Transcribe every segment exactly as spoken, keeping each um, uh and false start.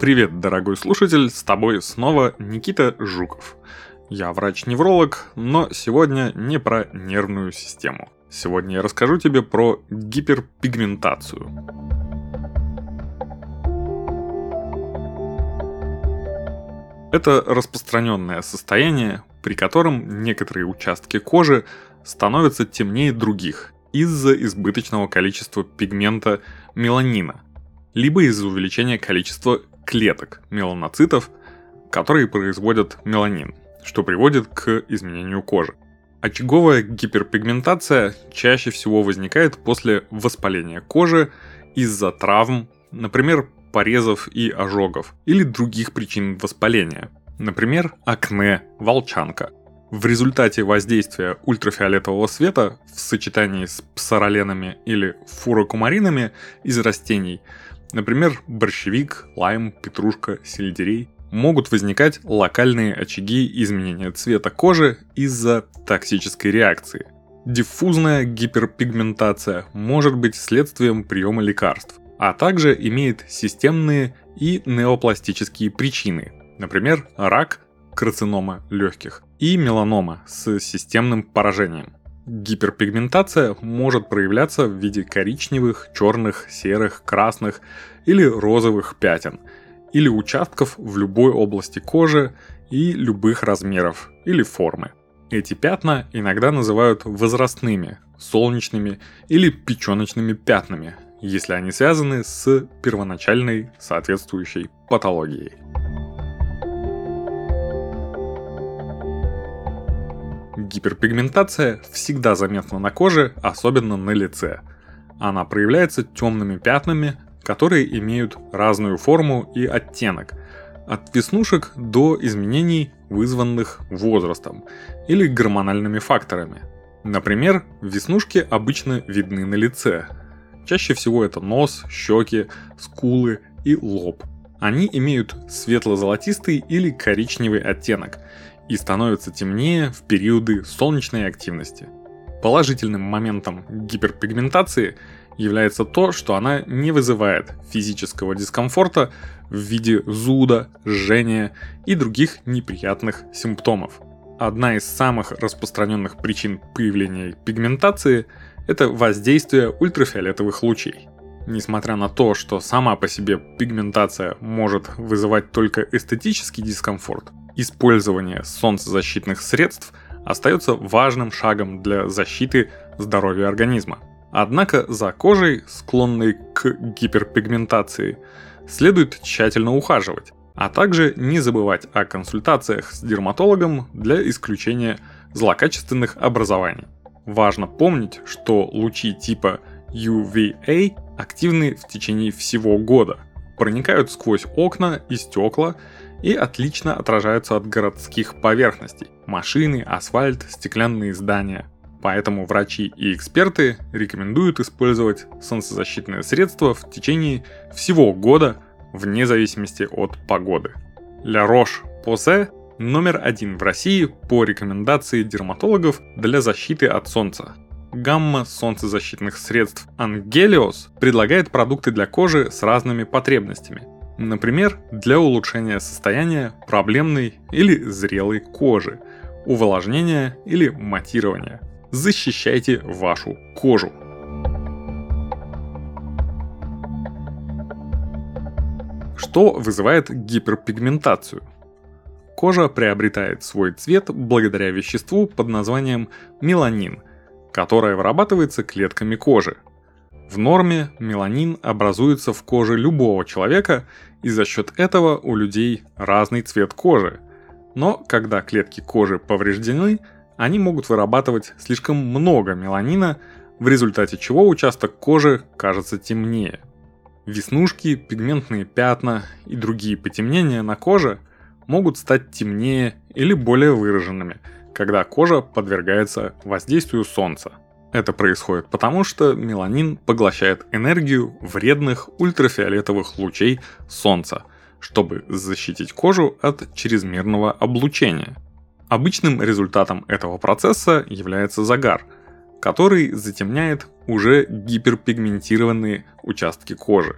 Привет, дорогой слушатель, с тобой снова Никита Жуков. Я врач-невролог, но сегодня не про нервную систему. Сегодня я расскажу тебе про гиперпигментацию. Это распространенное состояние, при котором некоторые участки кожи становятся темнее других из-за избыточного количества пигмента меланина, либо из-за увеличения количества клеток меланоцитов, которые производят меланин, что приводит к изменению кожи. Очаговая гиперпигментация чаще всего возникает после воспаления кожи из-за травм, например, порезов и ожогов, или других причин воспаления, например, акне, волчанка. В результате воздействия ультрафиолетового света в сочетании с псороленами или фурокумаринами из растений, например, борщевик, лайм, петрушка, сельдерей, могут возникать локальные очаги изменения цвета кожи из-за токсической реакции. Диффузная гиперпигментация может быть следствием приема лекарств, а также имеет системные и неопластические причины, например, рак, карцинома легких и меланома с системным поражением. Гиперпигментация может проявляться в виде коричневых, черных, серых, красных или розовых пятен, или участков в любой области кожи и любых размеров или формы. Эти пятна иногда называют возрастными, солнечными или печёночными пятнами, если они связаны с первоначальной соответствующей патологией. Гиперпигментация всегда заметна на коже, особенно на лице. Она проявляется темными пятнами, которые имеют разную форму и оттенок, от веснушек до изменений, вызванных возрастом или гормональными факторами. Например, веснушки обычно видны на лице. Чаще всего это нос, щеки, скулы и лоб. Они имеют светло-золотистый или коричневый оттенок и становятся темнее в периоды солнечной активности. Положительным моментом гиперпигментации является то, что она не вызывает физического дискомфорта в виде зуда, жжения и других неприятных симптомов. Одна из самых распространенных причин появления пигментации – это воздействие ультрафиолетовых лучей. Несмотря на то, что сама по себе пигментация может вызывать только эстетический дискомфорт, использование солнцезащитных средств остается важным шагом для защиты здоровья организма. Однако за кожей, склонной к гиперпигментации, следует тщательно ухаживать, а также не забывать о консультациях с дерматологом для исключения злокачественных образований. Важно помнить, что лучи типа ю ви эй активны в течение всего года, проникают сквозь окна и стекла и отлично отражаются от городских поверхностей – машины, асфальт, стеклянные здания. Поэтому врачи и эксперты рекомендуют использовать солнцезащитные средства в течение всего года, вне зависимости от погоды. Ля Рош-Посay номер один в России по рекомендации дерматологов для защиты от солнца. Гамма солнцезащитных средств Ангелиос предлагает продукты для кожи с разными потребностями. Например, для улучшения состояния проблемной или зрелой кожи, увлажнения или матирования. Защищайте вашу кожу. Что вызывает гиперпигментацию? Кожа приобретает свой цвет благодаря веществу под названием меланин, которое вырабатывается клетками кожи. В норме меланин образуется в коже любого человека, и за счет этого у людей разный цвет кожи. Но когда клетки кожи повреждены, они могут вырабатывать слишком много меланина, в результате чего участок кожи кажется темнее. Веснушки, пигментные пятна и другие потемнения на коже могут стать темнее или более выраженными, когда кожа подвергается воздействию солнца. Это происходит потому, что меланин поглощает энергию вредных ультрафиолетовых лучей солнца, чтобы защитить кожу от чрезмерного облучения. Обычным результатом этого процесса является загар, который затемняет уже гиперпигментированные участки кожи.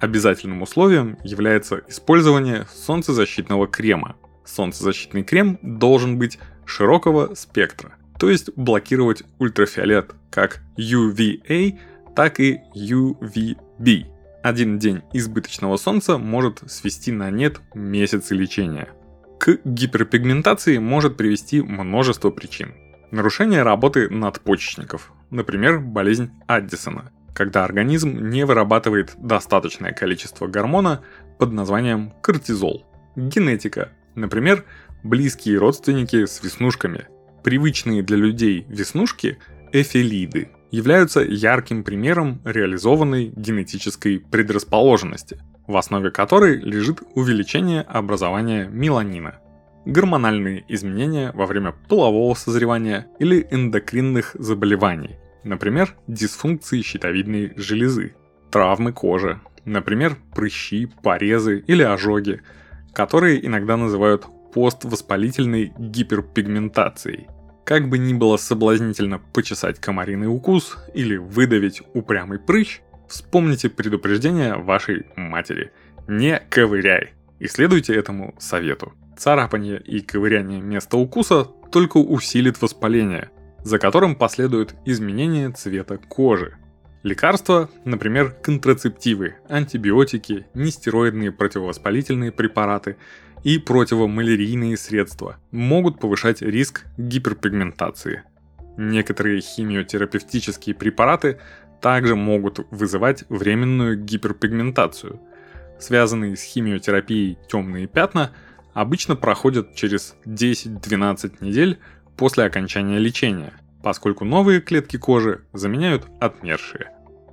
Обязательным условием является использование солнцезащитного крема. Солнцезащитный крем должен быть широкого спектра, то есть блокировать ультрафиолет как ю ви эй, так и ю ви би. Один день избыточного солнца может свести на нет месяцы лечения. К гиперпигментации может привести множество причин. Нарушение работы надпочечников, например, болезнь Аддисона, когда организм не вырабатывает достаточное количество гормона под названием кортизол. Генетика, например, близкие родственники с веснушками. Привычные для людей веснушки, эфелиды, являются ярким примером реализованной генетической предрасположенности, в основе которой лежит увеличение образования меланина. Гормональные изменения во время полового созревания или эндокринных заболеваний, например, дисфункции щитовидной железы, травмы кожи, например, прыщи, порезы или ожоги, которые иногда называют поствоспалительной гиперпигментацией. Как бы ни было соблазнительно почесать комариный укус или выдавить упрямый прыщ, вспомните предупреждение вашей матери: не ковыряй, и следуйте этому совету. Царапание и ковыряние места укуса только усилит воспаление, за которым последует изменение цвета кожи. Лекарства, например, контрацептивы, антибиотики, нестероидные противовоспалительные препараты и противомалярийные средства могут повышать риск гиперпигментации. Некоторые химиотерапевтические препараты также могут вызывать временную гиперпигментацию. Связанные с химиотерапией темные пятна обычно проходят через десять-двенадцать недель после окончания лечения, поскольку новые клетки кожи заменяют отмершие.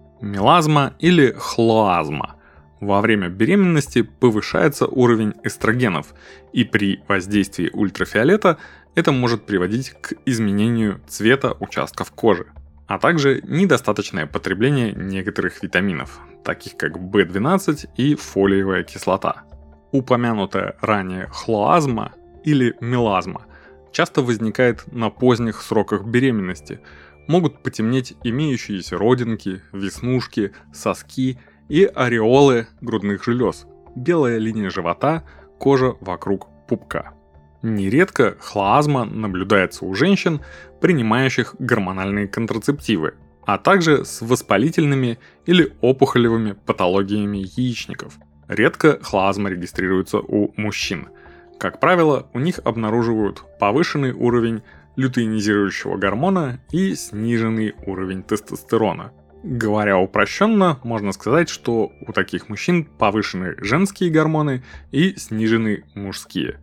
Мелазма или хлоазма. Во время беременности повышается уровень эстрогенов, и при воздействии ультрафиолета это может приводить к изменению цвета участков кожи, а также недостаточное потребление некоторых витаминов, таких как бэ двенадцать и фолиевая кислота. Упомянутая ранее хлоазма или мелазма часто возникает на поздних сроках беременности. Могут потемнеть имеющиеся родинки, веснушки, соски и ореолы грудных желез, белая линия живота, кожа вокруг пупка. Нередко хлоазма наблюдается у женщин, принимающих гормональные контрацептивы, а также с воспалительными или опухолевыми патологиями яичников. Редко хлоазма регистрируется у мужчин. Как правило, у них обнаруживают повышенный уровень лютеинизирующего гормона и сниженный уровень тестостерона. Говоря упрощенно, можно сказать, что у таких мужчин повышены женские гормоны и снижены мужские.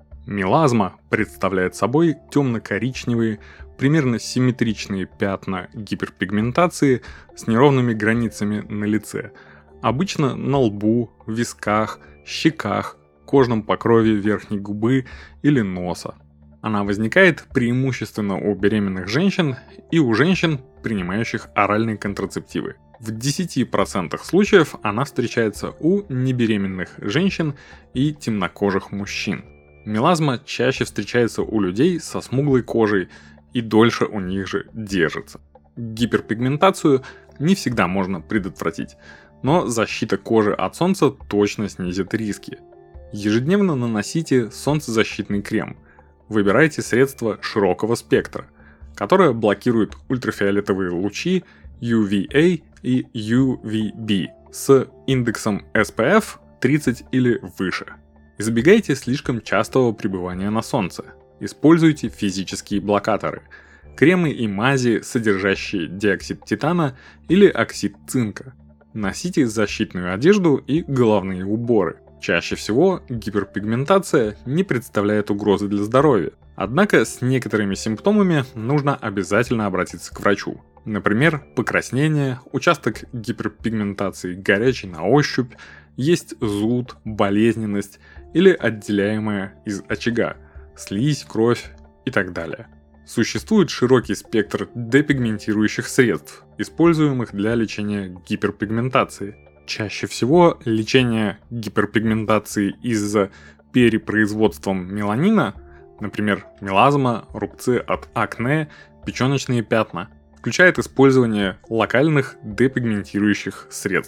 Мелазма представляет собой темно-коричневые, примерно симметричные пятна гиперпигментации с неровными границами на лице, обычно на лбу, висках, щеках, кожном покрове верхней губы или носа. Она возникает преимущественно у беременных женщин и у женщин, принимающих оральные контрацептивы. В десяти процентах случаев она встречается у небеременных женщин и темнокожих мужчин. Мелазма чаще встречается у людей со смуглой кожей и дольше у них же держится. Гиперпигментацию не всегда можно предотвратить, но защита кожи от солнца точно снизит риски. Ежедневно наносите солнцезащитный крем. Выбирайте средство широкого спектра, которое блокирует ультрафиолетовые лучи ю ви эй и ю ви би с индексом эс пэ эф тридцать или выше. Избегайте слишком частого пребывания на солнце. Используйте физические блокаторы. Кремы и мази, содержащие диоксид титана или оксид цинка. Носите защитную одежду и головные уборы. Чаще всего гиперпигментация не представляет угрозы для здоровья. Однако с некоторыми симптомами нужно обязательно обратиться к врачу. Например, покраснение, участок гиперпигментации горячий на ощупь, есть зуд, болезненность или отделяемая из очага, слизь, кровь и так далее. Существует широкий спектр депигментирующих средств, используемых для лечения гиперпигментации. Чаще всего лечение гиперпигментации из-за перепроизводством меланина, например, мелазма, рубцы от акне, печёночные пятна, включает использование локальных депигментирующих средств.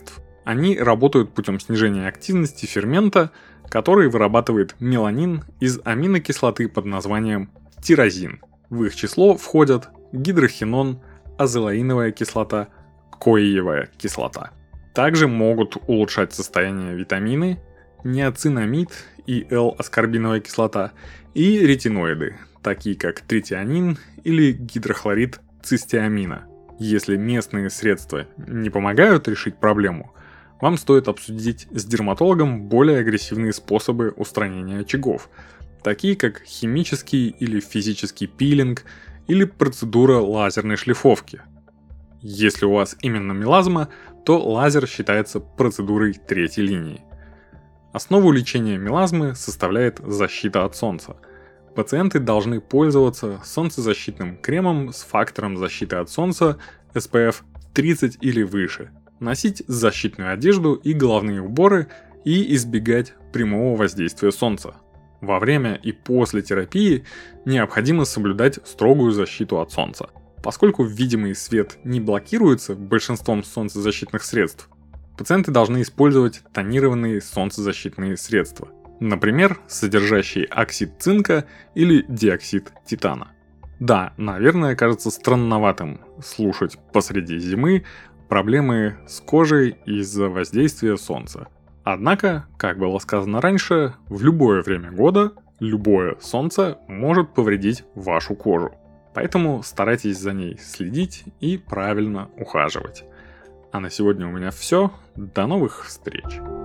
Они работают путем снижения активности фермента, который вырабатывает меланин из аминокислоты под названием тирозин. В их число входят гидрохинон, азелаиновая кислота, коиевая кислота. Также могут улучшать состояние витамины, ниацинамид и L-аскорбиновая кислота и ретиноиды, такие как тритианин или гидрохлорид цистеамина. Если местные средства не помогают решить проблему, вам стоит обсудить с дерматологом более агрессивные способы устранения очагов, такие как химический или физический пилинг или процедура лазерной шлифовки. Если у вас именно мелазма, то лазер считается процедурой третьей линии. Основу лечения мелазмы составляет защита от солнца. Пациенты должны пользоваться солнцезащитным кремом с фактором защиты от солнца эс пэ эф тридцать или выше, носить защитную одежду и головные уборы и избегать прямого воздействия солнца. Во время и после терапии необходимо соблюдать строгую защиту от солнца. Поскольку видимый свет не блокируется большинством солнцезащитных средств, пациенты должны использовать тонированные солнцезащитные средства, например, содержащие оксид цинка или диоксид титана. Да, наверное, кажется странноватым слушать посреди зимы проблемы с кожей из-за воздействия солнца. Однако, как было сказано раньше, в любое время года любое солнце может повредить вашу кожу. Поэтому старайтесь за ней следить и правильно ухаживать. А на сегодня у меня все. До новых встреч!